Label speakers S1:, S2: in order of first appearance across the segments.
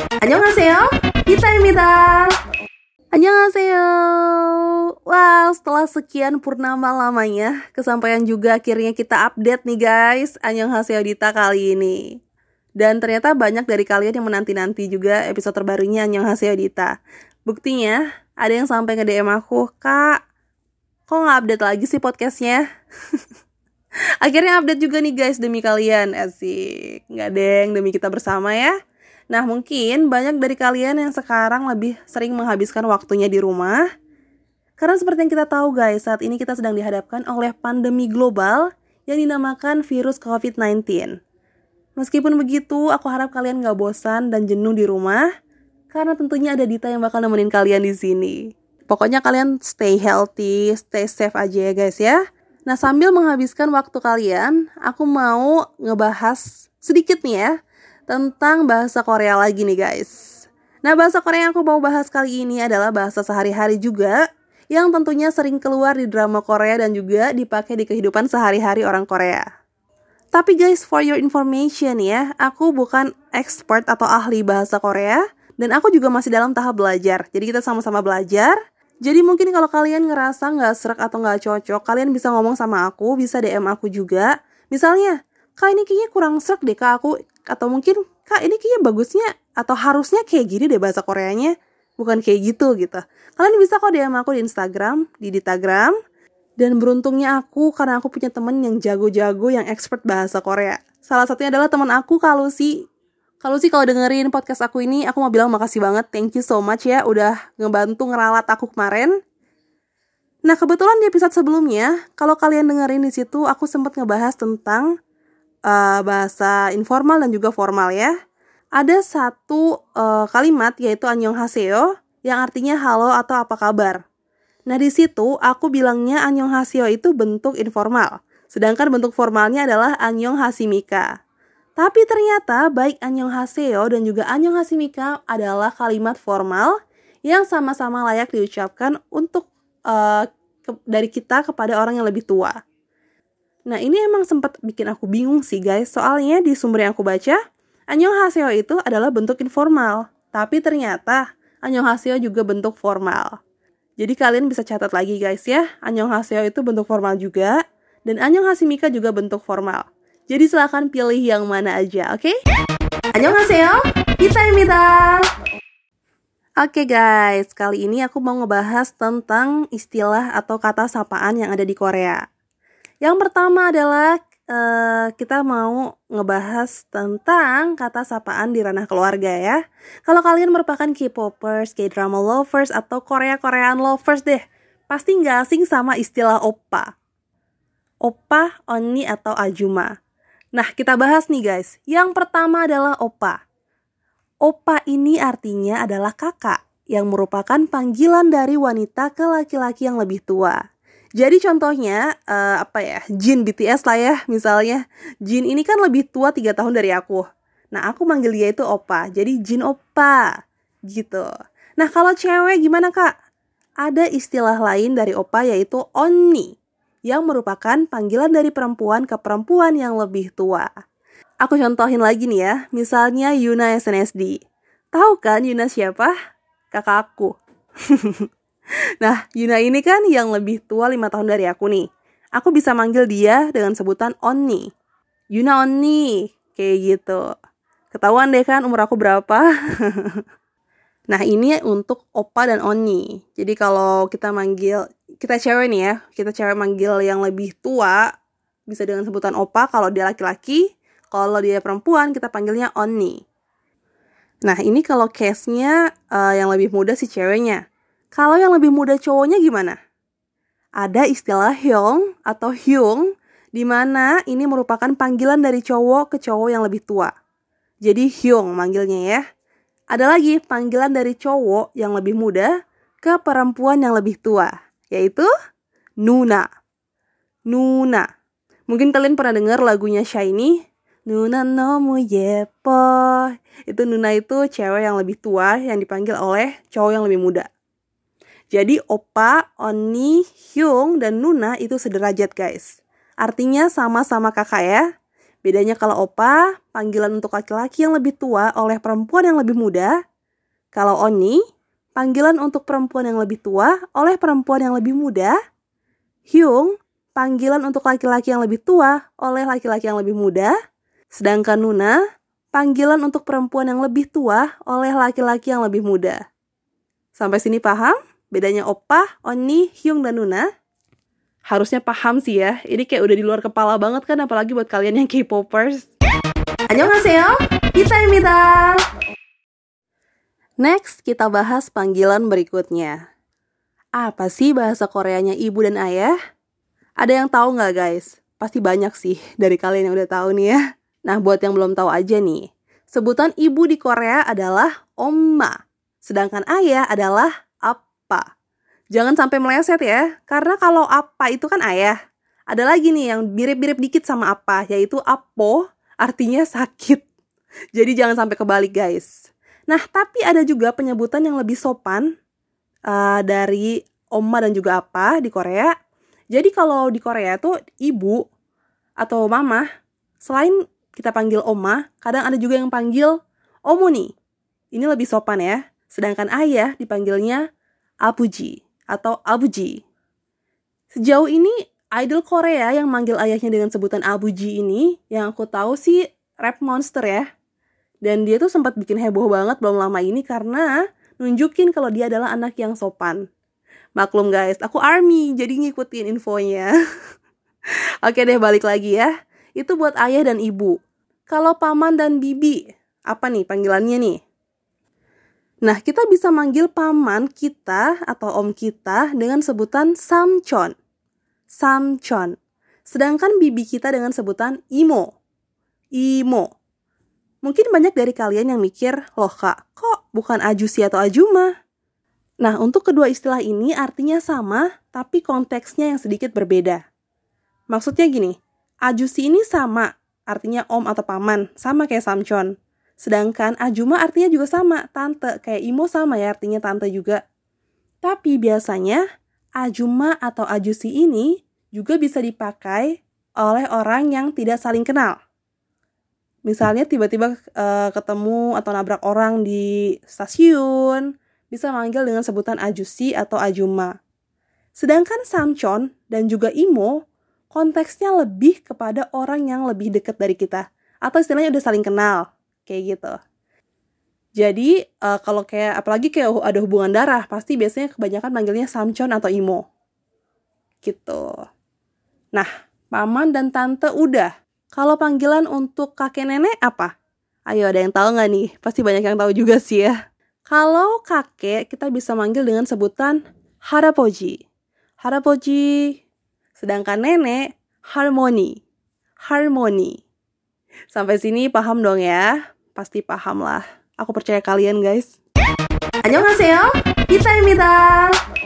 S1: 안녕하세요. Hitaimita. Annyeonghaseyo. Wow, setelah sekian purnama lamanya, kesampaian juga akhirnya kita update nih guys. Annyeonghaseyo Dita kali ini. Dan ternyata banyak dari kalian yang menanti-nanti juga episode terbarunya Annyeonghaseyo Dita. Buktinya, ada yang sampai nge-DM aku, Kak, kok nggak update lagi sih podcastnya? Akhirnya update juga nih guys demi kalian. Asik, nggak deng, demi kita bersama ya. Nah mungkin banyak dari kalian yang sekarang lebih sering menghabiskan waktunya di rumah. Karena seperti yang kita tahu guys, saat ini kita sedang dihadapkan oleh pandemi global yang dinamakan virus COVID-19. Meskipun begitu, aku harap kalian gak bosan dan jenuh di rumah. Karena tentunya ada Dita yang bakal nemenin kalian di sini. Pokoknya kalian stay healthy, stay safe aja ya guys ya. Nah sambil menghabiskan waktu kalian, aku mau ngebahas sedikit nih ya tentang bahasa Korea lagi nih guys. Nah bahasa Korea yang aku mau bahas kali ini adalah bahasa sehari-hari juga, yang tentunya sering keluar di drama Korea dan juga dipakai di kehidupan sehari-hari orang Korea. Tapi guys, for your information ya, aku bukan expert atau ahli bahasa Korea, dan aku juga masih dalam tahap belajar. Jadi kita sama-sama belajar. Jadi mungkin kalau kalian ngerasa gak serak atau gak cocok, kalian bisa ngomong sama aku, bisa DM aku juga. Misalnya, Kak ini kayaknya kurang serak deh Kak aku, atau mungkin Kak ini kayaknya bagusnya atau harusnya kayak gini deh bahasa Koreanya, bukan kayak gitu. Kalian bisa kok DM aku di Instagram, di Ditagram. Dan beruntungnya aku karena aku punya temen yang jago-jago yang expert bahasa Korea. Salah satunya adalah teman aku Kak Lucy. Kak Lucy kalau dengerin podcast aku ini, aku mau bilang makasih banget, thank you so much ya udah ngebantu ngeralat aku kemarin. Nah kebetulan di episode sebelumnya, kalau kalian dengerin di situ aku sempat ngebahas tentang bahasa informal dan juga formal ya. Ada satu kalimat yaitu annyeonghaseyo yang artinya halo atau apa kabar. Nah di situ aku bilangnya annyeonghaseyo itu bentuk informal, sedangkan bentuk formalnya adalah annyeonghasimika. Tapi ternyata baik annyeonghaseyo dan juga annyeonghasimika adalah kalimat formal yang sama-sama layak diucapkan untuk dari kita kepada orang yang lebih tua. Nah ini emang sempat bikin aku bingung sih guys, soalnya di sumber yang aku baca, annyeonghaseyo itu adalah bentuk informal, tapi ternyata annyeonghaseyo juga bentuk formal. Jadi kalian bisa catat lagi guys ya, annyeonghaseyo itu bentuk formal juga, dan annyeonghasimika juga bentuk formal. Jadi silakan pilih yang mana aja, oke? Annyeonghaseyo, Hitaimita. Oke guys, kali ini aku mau ngebahas tentang istilah atau kata sapaan yang ada di Korea. Yang pertama adalah kita mau ngebahas tentang kata sapaan di ranah keluarga ya. Kalau kalian merupakan K-popers, K-drama lovers, atau Korea-Koreaan lovers deh, pasti nggak asing sama istilah oppa. Oppa, onni, atau ajuma. Nah, kita bahas nih guys. Yang pertama adalah oppa. Oppa ini artinya adalah kakak, yang merupakan panggilan dari wanita ke laki-laki yang lebih tua. Jadi contohnya, Jin BTS lah ya, misalnya. Jin ini kan lebih tua 3 tahun dari aku. Nah, aku manggil dia itu oppa, jadi Jin oppa, gitu. Nah, kalau cewek gimana kak? Ada istilah lain dari oppa yaitu onni, yang merupakan panggilan dari perempuan ke perempuan yang lebih tua. Aku contohin lagi nih ya, misalnya Yuna SNSD. Tahu kan Yuna siapa? Kakak aku. Nah, Yuna ini kan yang lebih tua 5 tahun dari aku nih. Aku bisa manggil dia dengan sebutan onni. Yuna onni, kayak gitu. Ketahuan deh kan umur aku berapa? Nah, ini untuk oppa dan onni. Jadi kalau kita cewek nih ya, kita cewek manggil yang lebih tua, bisa dengan sebutan oppa kalau dia laki-laki. Kalau dia perempuan, kita panggilnya onni. Nah, ini kalau case-nya yang lebih muda si ceweknya. Kalau yang lebih muda cowoknya gimana? Ada istilah hyung atau hyung, di mana ini merupakan panggilan dari cowok ke cowok yang lebih tua. Jadi hyung manggilnya ya. Ada lagi panggilan dari cowok yang lebih muda ke perempuan yang lebih tua, yaitu nuna. Nuna. Mungkin kalian pernah dengar lagunya SHINee, Nuna nomu yepo. Itu Nuna itu cewek yang lebih tua yang dipanggil oleh cowok yang lebih muda. Jadi oppa, onni, hyung, dan nuna itu sederajat guys. Artinya sama-sama kakak ya. Bedanya kalau oppa, panggilan untuk laki-laki yang lebih tua oleh perempuan yang lebih muda. Kalau oni, panggilan untuk perempuan yang lebih tua oleh perempuan yang lebih muda. Hyung, panggilan untuk laki-laki yang lebih tua oleh laki-laki yang lebih muda. Sedangkan nuna, panggilan untuk perempuan yang lebih tua oleh laki-laki yang lebih muda. Sampai sini paham? Bedanya oppa, oni, hyung, dan nuna? Harusnya paham sih ya. Ini kayak udah di luar kepala banget kan, apalagi buat kalian yang K-popers. Annyeonghaseyo, Hitaemida. Next, kita bahas panggilan berikutnya. Apa sih bahasa Koreanya ibu dan ayah? Ada yang tahu nggak guys? Pasti banyak sih dari kalian yang udah tahu nih ya. Nah, buat yang belum tahu aja nih. Sebutan ibu di Korea adalah 엄마. Sedangkan ayah adalah appa. Jangan sampai meleset ya, karena kalau appa itu kan ayah. Ada lagi nih yang mirip-mirip dikit sama appa, yaitu appo, artinya sakit. Jadi jangan sampai kebalik guys. Nah, tapi ada juga penyebutan yang lebih sopan dari omma dan juga appa di Korea. Jadi kalau di Korea tuh ibu atau mama, selain kita panggil omma, kadang ada juga yang panggil omoni. Ini lebih sopan ya. Sedangkan ayah dipanggilnya abuji atau abuji. Sejauh ini idol Korea yang manggil ayahnya dengan sebutan abuji ini, yang aku tahu sih Rap Monster ya. Dan dia tuh sempat bikin heboh banget belum lama ini karena nunjukin kalau dia adalah anak yang sopan. Maklum guys, aku ARMY jadi ngikutin infonya. Oke deh, balik lagi ya. Itu buat ayah dan ibu. Kalau paman dan bibi, apa nih panggilannya nih? Nah, kita bisa manggil paman kita atau om kita dengan sebutan samchon. Samchon. Sedangkan bibi kita dengan sebutan imo. Imo. Mungkin banyak dari kalian yang mikir, loh kak, kok bukan ajusi atau ajuma? Nah, untuk kedua istilah ini artinya sama, tapi konteksnya yang sedikit berbeda. Maksudnya gini, ajusi ini sama, artinya om atau paman, sama kayak samchon. Sedangkan ajuma artinya juga sama, tante. Kayak imo sama ya, artinya tante juga. Tapi biasanya ajuma atau ajusi ini juga bisa dipakai oleh orang yang tidak saling kenal. Misalnya tiba-tiba ketemu atau nabrak orang di stasiun, bisa manggil dengan sebutan ajusi atau ajuma. Sedangkan samchon dan juga imo, konteksnya lebih kepada orang yang lebih dekat dari kita. Atau istilahnya udah saling kenal. Kayak gitu. Jadi kalau kayak apalagi kayak ada hubungan darah, pasti biasanya kebanyakan manggilnya samchon atau imo. Gitu. Nah, paman dan tante udah. Kalau panggilan untuk kakek nenek apa? Ayo, ada yang tahu nggak nih? Pasti banyak yang tahu juga sih ya. Kalau kakek kita bisa manggil dengan sebutan harapoji. Harapoji. Sedangkan nenek harmoni. Harmoni. Sampai sini paham dong ya? Pasti paham lah. Aku percaya kalian guys. Annyeonghaseyo, Hitaemida.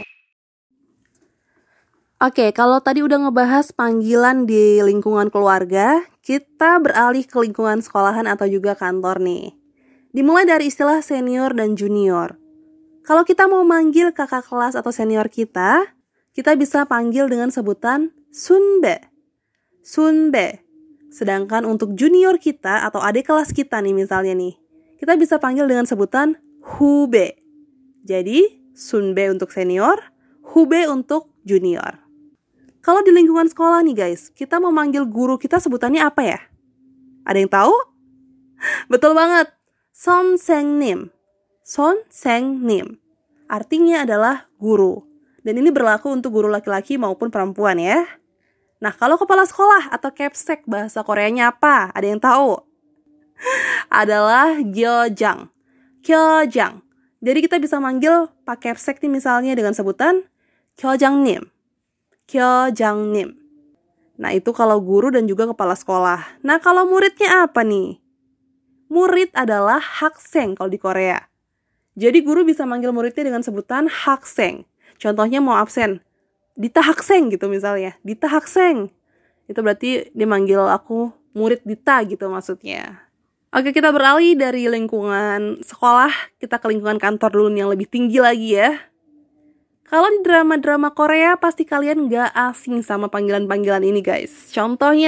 S1: Oke, kalau tadi udah ngebahas panggilan di lingkungan keluarga, kita beralih ke lingkungan sekolahan atau juga kantor nih. Dimulai dari istilah senior dan junior. Kalau kita mau manggil kakak kelas atau senior kita bisa panggil dengan sebutan sunbe. Sunbe. Sedangkan untuk junior kita atau adik kelas kita nih misalnya nih, kita bisa panggil dengan sebutan hube. Jadi, sunbe untuk senior, hube untuk junior. Kalau di lingkungan sekolah nih guys, kita mau manggil guru kita sebutannya apa ya? Ada yang tahu? Betul banget. 선생님. 선생님. Artinya adalah guru. Dan ini berlaku untuk guru laki-laki maupun perempuan ya. Nah, kalau kepala sekolah atau capsek bahasa Koreanya apa? Ada yang tahu? Adalah gyojang. Gyojang. Jadi kita bisa manggil Pak Capsek nih misalnya dengan sebutan gyojangnim. Gyojangnim. Nah, itu kalau guru dan juga kepala sekolah. Nah, kalau muridnya apa nih? Murid adalah hakseng kalau di Korea. Jadi guru bisa manggil muridnya dengan sebutan hakseng. Contohnya mau absen, Dita hakseng gitu misalnya. Dita hakseng. Itu berarti dia manggil aku murid Dita gitu maksudnya. Oke, kita beralih dari lingkungan sekolah, kita ke lingkungan kantor dulu yang lebih tinggi lagi ya. Kalau di drama-drama Korea, pasti kalian gak asing sama panggilan-panggilan ini guys. Contohnya,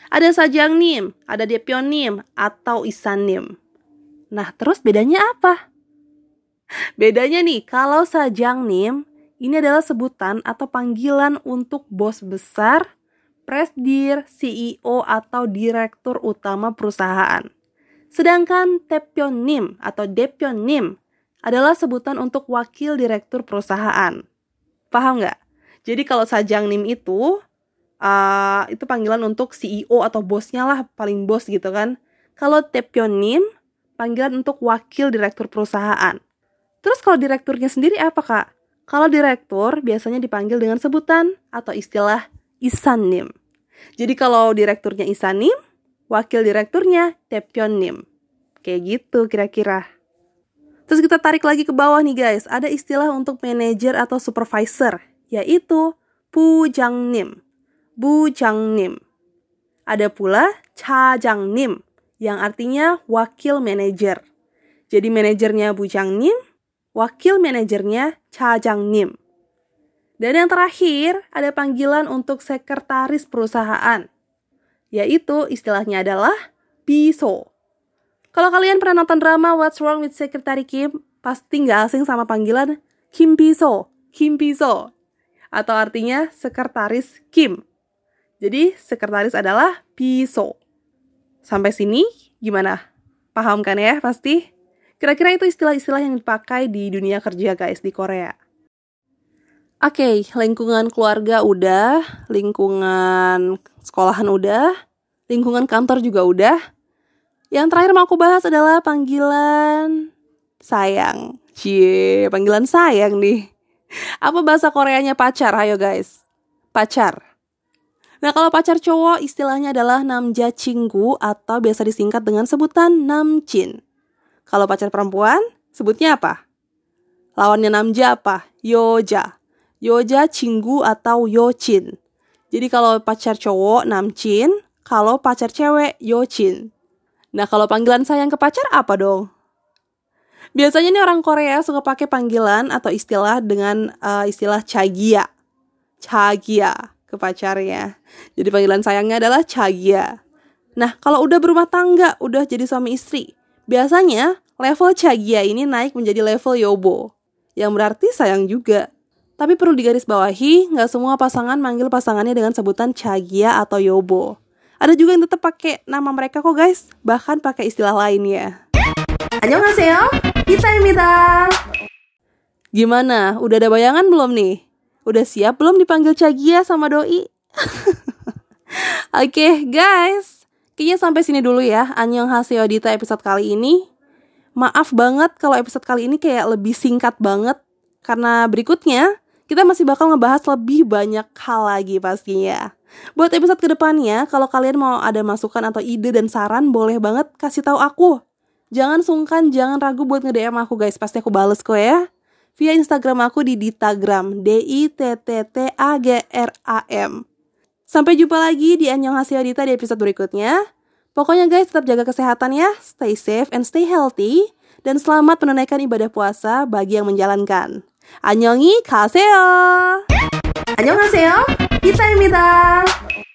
S1: Ada sajangnim, ada depyonim, atau isanim. Nah, terus bedanya apa? Bedanya nih, kalau sajangnim, ini adalah sebutan atau panggilan untuk bos besar, presdir, CEO, atau direktur utama perusahaan. Sedangkan tepyonim atau depyonim adalah sebutan untuk wakil direktur perusahaan. Paham nggak? Jadi kalau sajangnim itu panggilan untuk CEO atau bosnya lah, paling bos gitu kan. Kalau tepyonim, panggilan untuk wakil direktur perusahaan. Terus kalau direkturnya sendiri apa, Kak? Kalau direktur biasanya dipanggil dengan sebutan atau istilah isanim. Jadi kalau direkturnya isanim, wakil direkturnya tepyonim. Kayak gitu kira-kira. Terus kita tarik lagi ke bawah nih guys. Ada istilah untuk manajer atau supervisor, yaitu bujangnim. Bujangnim. Ada pula chajangnim, yang artinya wakil manajer. Jadi manajernya bujangnim, wakil manajernya chajangnim. Dan yang terakhir, ada panggilan untuk sekretaris perusahaan, yaitu istilahnya adalah biso. Kalau kalian pernah nonton drama What's Wrong with Secretary Kim, pasti nggak asing sama panggilan Kim Biso, Kim Biso. Atau artinya sekretaris Kim. Jadi sekretaris adalah biso. Sampai sini gimana? Paham kan ya pasti? Kira-kira itu istilah-istilah yang dipakai di dunia kerja guys di Korea. Oke, lingkungan keluarga udah, lingkungan sekolahan udah, lingkungan kantor juga udah. Yang terakhir mau aku bahas adalah panggilan sayang. Cie, panggilan sayang nih. Apa bahasa Koreanya pacar? Ayo guys. Pacar. Nah, kalau pacar cowok istilahnya adalah namjachinggu atau biasa disingkat dengan sebutan namjin. Kalau pacar perempuan, sebutnya apa? Lawannya namja apa? Yoja. Yoja cinggu atau yochin. Jadi kalau pacar cowok namjin, kalau pacar cewek yochin. Nah, kalau panggilan sayang ke pacar apa dong? Biasanya nih orang Korea suka pakai panggilan atau istilah dengan istilah chagia. Chagia ke pacarnya. Jadi panggilan sayangnya adalah chagia. Nah, kalau udah berumah tangga, udah jadi suami istri, biasanya level chagia ini naik menjadi level yobo, yang berarti sayang juga. Tapi perlu digarisbawahi, nggak semua pasangan manggil pasangannya dengan sebutan chagia atau yobo. Ada juga yang tetap pakai nama mereka kok guys, bahkan pakai istilah lainnya. Annyeonghaseyo, Hitaimida. Gimana? Udah ada bayangan belum nih? Udah siap belum dipanggil Chagia sama Doi? Oke, guys. Kayaknya sampai sini dulu ya Annyeonghaseyo Dita episode kali ini. Maaf banget kalau episode kali ini kayak lebih singkat banget. Karena berikutnya kita masih bakal ngebahas lebih banyak hal lagi pastinya. Buat episode kedepannya, kalau kalian mau ada masukan atau ide dan saran, boleh banget kasih tahu aku. Jangan sungkan, jangan ragu buat nge-DM aku guys. Pasti aku bales kok ya. Via Instagram aku di Ditagram, DITTTAGRAM. Sampai jumpa lagi di Annyeonghaseyo Dita di episode berikutnya. Pokoknya guys, tetap jaga kesehatan ya. Stay safe and stay healthy. Dan selamat menunaikan ibadah puasa bagi yang menjalankan. Annyeonghaseyo! Annyeonghaseyo! Hitaimida!